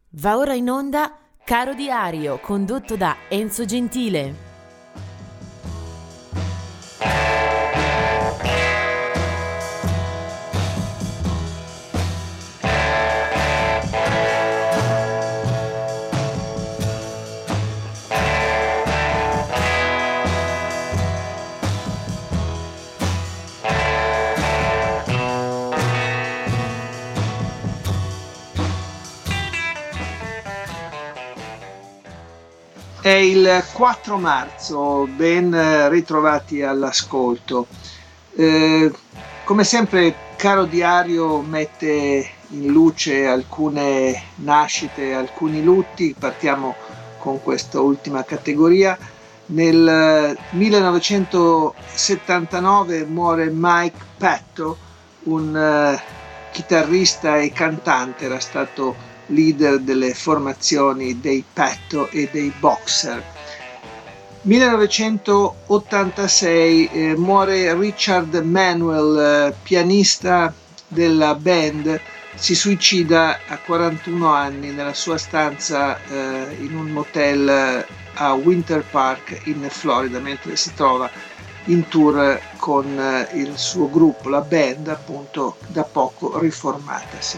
Va ora in onda Caro Diario, condotto da Enzo Gentile. È il 4 marzo, ben ritrovati all'ascolto. Come sempre, Caro Diario mette in luce alcune nascite, alcuni lutti. Partiamo con questa ultima categoria. Nel 1979 muore Mike Patton, un chitarrista e cantante, era stato leader delle formazioni dei Patton e dei Boxer. 1986 muore Richard Manuel, pianista della band. Si suicida a 41 anni nella sua stanza in un motel a Winter Park in Florida, mentre si trova in tour con il suo gruppo, la band appunto da poco riformatasi.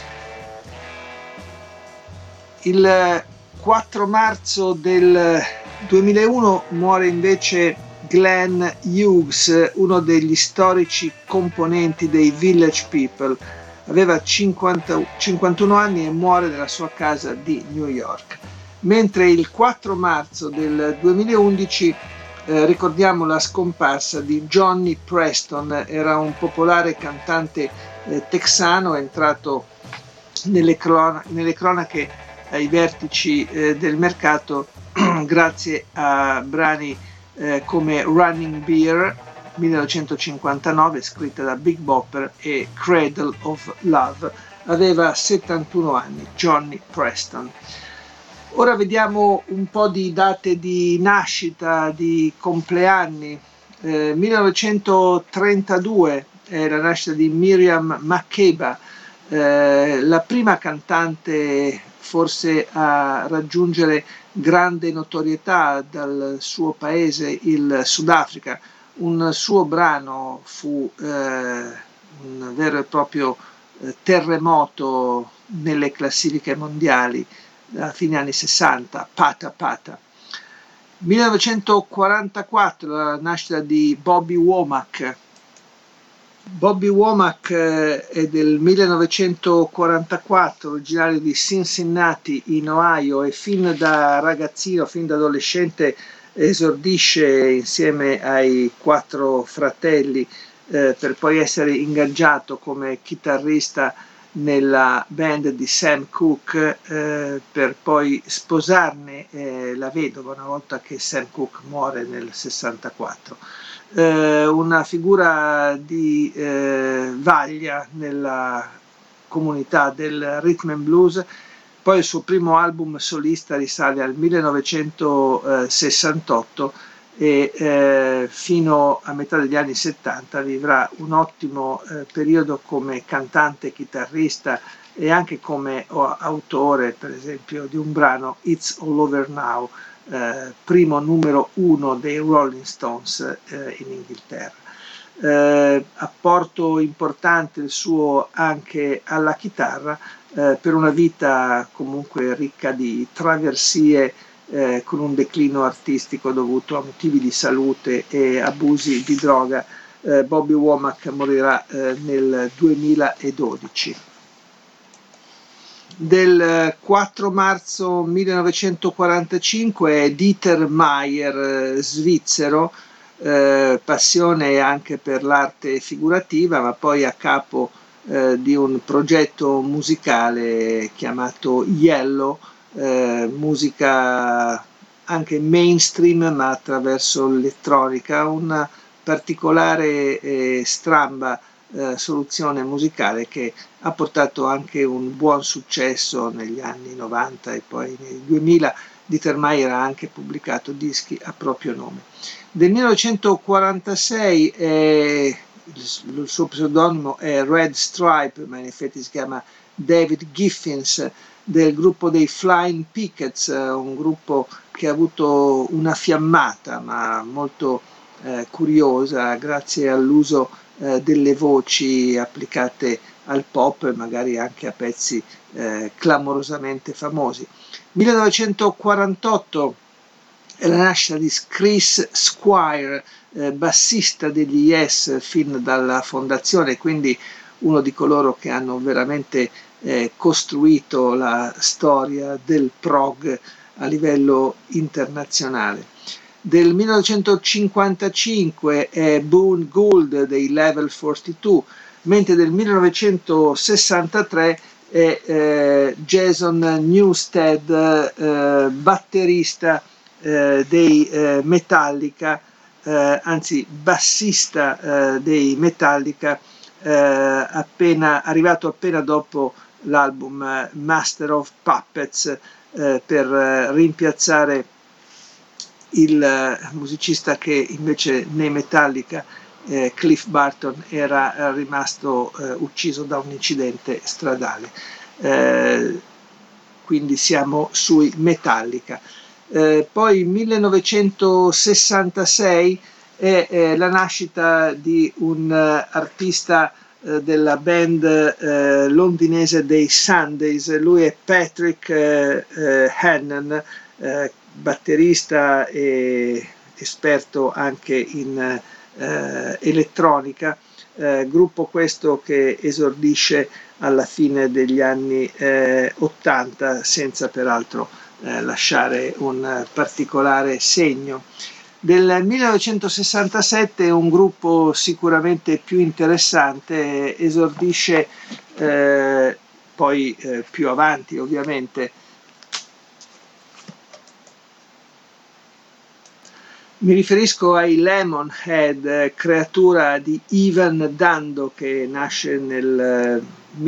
Il 4 marzo del 2001 muore invece Glenn Hughes, uno degli storici componenti dei Village People. Aveva 51 anni e muore nella sua casa di New York. Mentre il 4 marzo del 2011 ricordiamo la scomparsa di Johnny Preston. Era un popolare cantante texano, entrato nelle cronache ai vertici del mercato grazie a brani come Running Beer 1959, scritta da Big Bopper, e Cradle of Love. Aveva 71 anni, Johnny Preston. Ora vediamo un po' di date di nascita, di compleanni. 1932 è la nascita di Miriam Makeba, la prima cantante forse a raggiungere grande notorietà dal suo paese, il Sudafrica. Un suo brano fu un vero e proprio terremoto nelle classifiche mondiali a fine anni 60, Pata Pata. 1944 la nascita di Bobby Womack. Bobby Womack è del 1944, originario di Cincinnati in Ohio, e fin da ragazzino, fin da adolescente esordisce insieme ai quattro fratelli per poi essere ingaggiato come chitarrista nella band di Sam Cooke per poi sposarne la vedova una volta che Sam Cooke muore nel 64. Una figura di vaglia nella comunità del rhythm and blues. Poi il suo primo album solista risale al 1968 e fino a metà degli anni 70 vivrà un ottimo periodo come cantante, chitarrista e anche come autore, per esempio, di un brano, It's All Over Now, primo numero 1 dei Rolling Stones in Inghilterra. Apporto importante il suo anche alla chitarra, per una vita comunque ricca di traversie, con un declino artistico dovuto a motivi di salute e abusi di droga. Bobby Womack morirà nel 2012. Del 4 marzo 1945 è Dieter Meier, svizzero, passione anche per l'arte figurativa, ma poi a capo di un progetto musicale chiamato Yellow, musica anche mainstream ma attraverso l'elettronica, una particolare e stramba soluzione musicale che ha portato anche un buon successo negli anni 90 e poi nel 2000. Dieter Meier ha anche pubblicato dischi a proprio nome. Del 1946 il suo pseudonimo è Red Stripe, ma in effetti si chiama David Giffins del gruppo dei Flying Pickets, un gruppo che ha avuto una fiammata ma molto curiosa grazie all'uso delle voci applicate al pop e magari anche a pezzi clamorosamente famosi. 1948 è la nascita di Chris Squire, bassista degli Yes fin dalla fondazione, quindi uno di coloro che hanno veramente costruito la storia del prog a livello internazionale. Del 1955 è Boone Gould dei Level 42, mentre del 1963 è Jason Newsted, batterista dei Metallica, anzi bassista dei Metallica, arrivato appena dopo l'album Master of Puppets, per rimpiazzare il musicista che invece nei Metallica, Cliff Burton, era rimasto ucciso da un incidente stradale. Quindi siamo sui Metallica. Poi 1966 è la nascita di un artista della band londinese dei Sundays. Lui è Patrick Hannon, batterista e esperto anche in elettronica, gruppo questo che esordisce alla fine degli anni 80 senza peraltro lasciare un particolare segno. Del 1967 un gruppo sicuramente più interessante esordisce poi più avanti ovviamente. Mi riferisco ai Lemonhead, creatura di Ivan Dando che nasce nel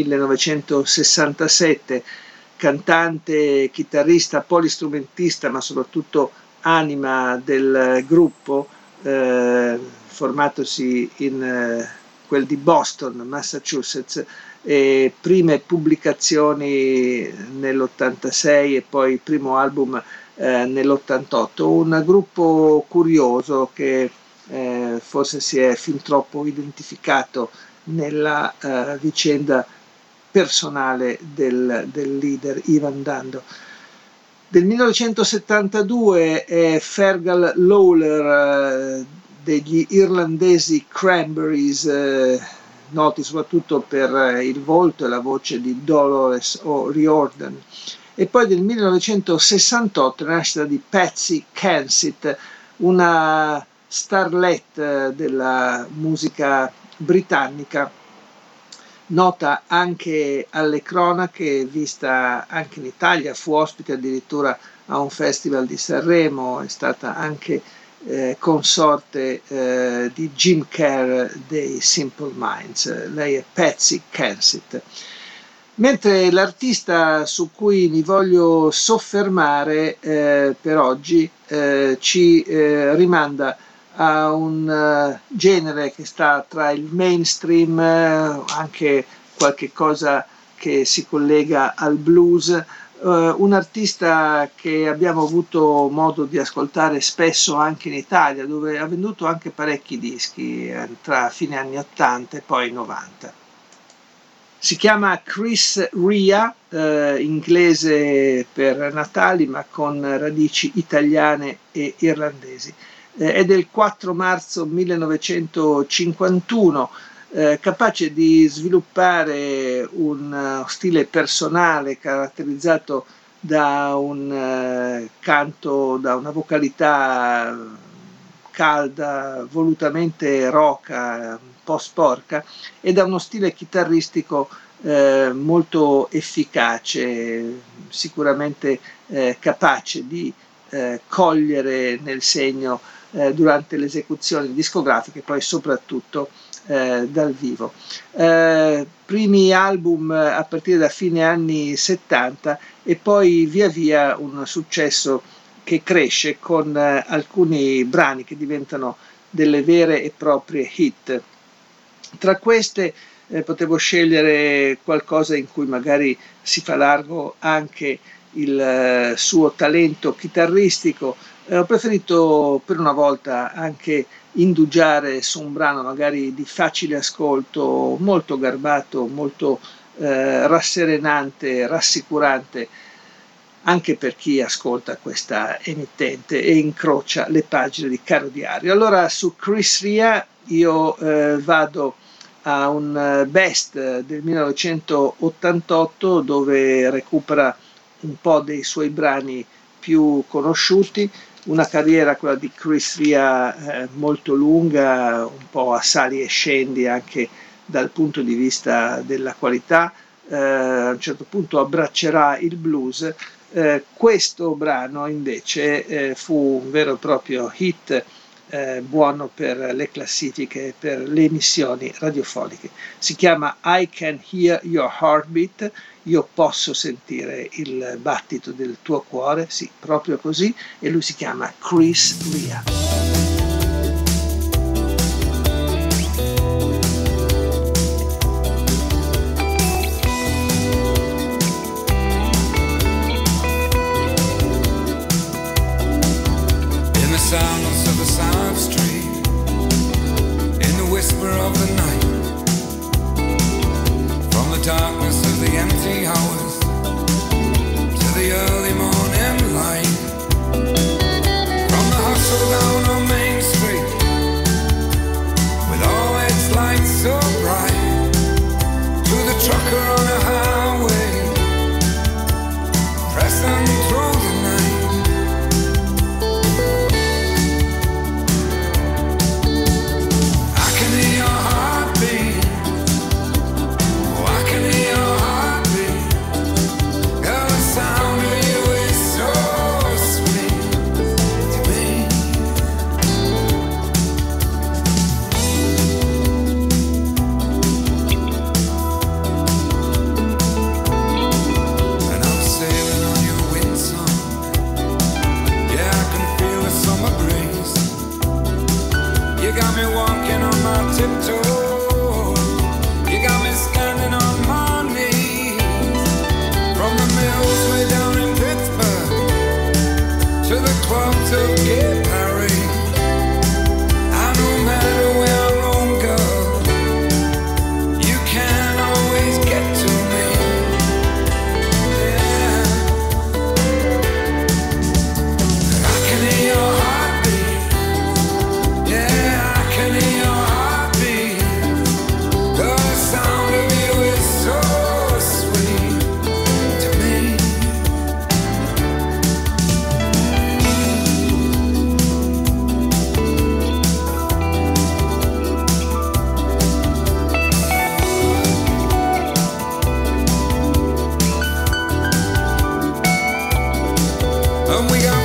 1967, cantante, chitarrista, polistrumentista, ma soprattutto anima del gruppo, formatosi in quel di Boston, Massachusetts, e prime pubblicazioni nell'86 e poi il primo album nell'88, un gruppo curioso che forse si è fin troppo identificato nella vicenda personale del leader Ivan Dando. Del 1972 è Fergal Lawler degli irlandesi Cranberries, noti soprattutto per il volto e la voce di Dolores O'Riordan. E poi del 1968 la nascita di Patsy Kensit, una starlet della musica britannica, nota anche alle cronache, vista anche in Italia, fu ospite addirittura a un festival di Sanremo, è stata anche consorte di Jim Kerr dei Simple Minds. Lei è Patsy Kensit. Mentre l'artista su cui mi voglio soffermare per oggi ci rimanda a un genere che sta tra il mainstream, anche qualche cosa che si collega al blues, un artista che abbiamo avuto modo di ascoltare spesso anche in Italia, dove ha venduto anche parecchi dischi tra fine anni 80 e poi 90. Si chiama Chris Rea, inglese per natali ma con radici italiane e irlandesi. È del 4 marzo 1951, capace di sviluppare un stile personale caratterizzato da un canto, da una vocalità calda, volutamente roca, un po' sporca, e da uno stile chitarristico molto efficace, sicuramente capace di cogliere nel segno durante le esecuzioni discografiche, poi soprattutto dal vivo. Primi album a partire da fine anni 70 e poi via via un successo che cresce con alcuni brani che diventano delle vere e proprie hit. Tra queste potevo scegliere qualcosa in cui magari si fa largo anche il suo talento chitarristico. Ho preferito per una volta anche indugiare su un brano magari di facile ascolto, molto garbato, molto rasserenante, rassicurante, anche per chi ascolta questa emittente e incrocia le pagine di Caro Diario. Allora su Chris Rea io vado a un best del 1988 dove recupera un po' dei suoi brani più conosciuti, una carriera, quella di Chris Rea, molto lunga, un po' a sali e scendi anche dal punto di vista della qualità. A un certo punto abbraccerà il blues. Questo brano invece fu un vero e proprio hit, buono per le classifiche, per le emissioni radiofoniche. Si chiama I Can Hear Your Heartbeat, io posso sentire il battito del tuo cuore, sì, proprio così, e lui si chiama Chris Rea. Silence of a silent street, in the whisper of the night, from the darkness of the empty hours to the early morning light, from the hustle down on Main Street, with all its lights so bright, to the trucker on a highway, pressing through the night. And we got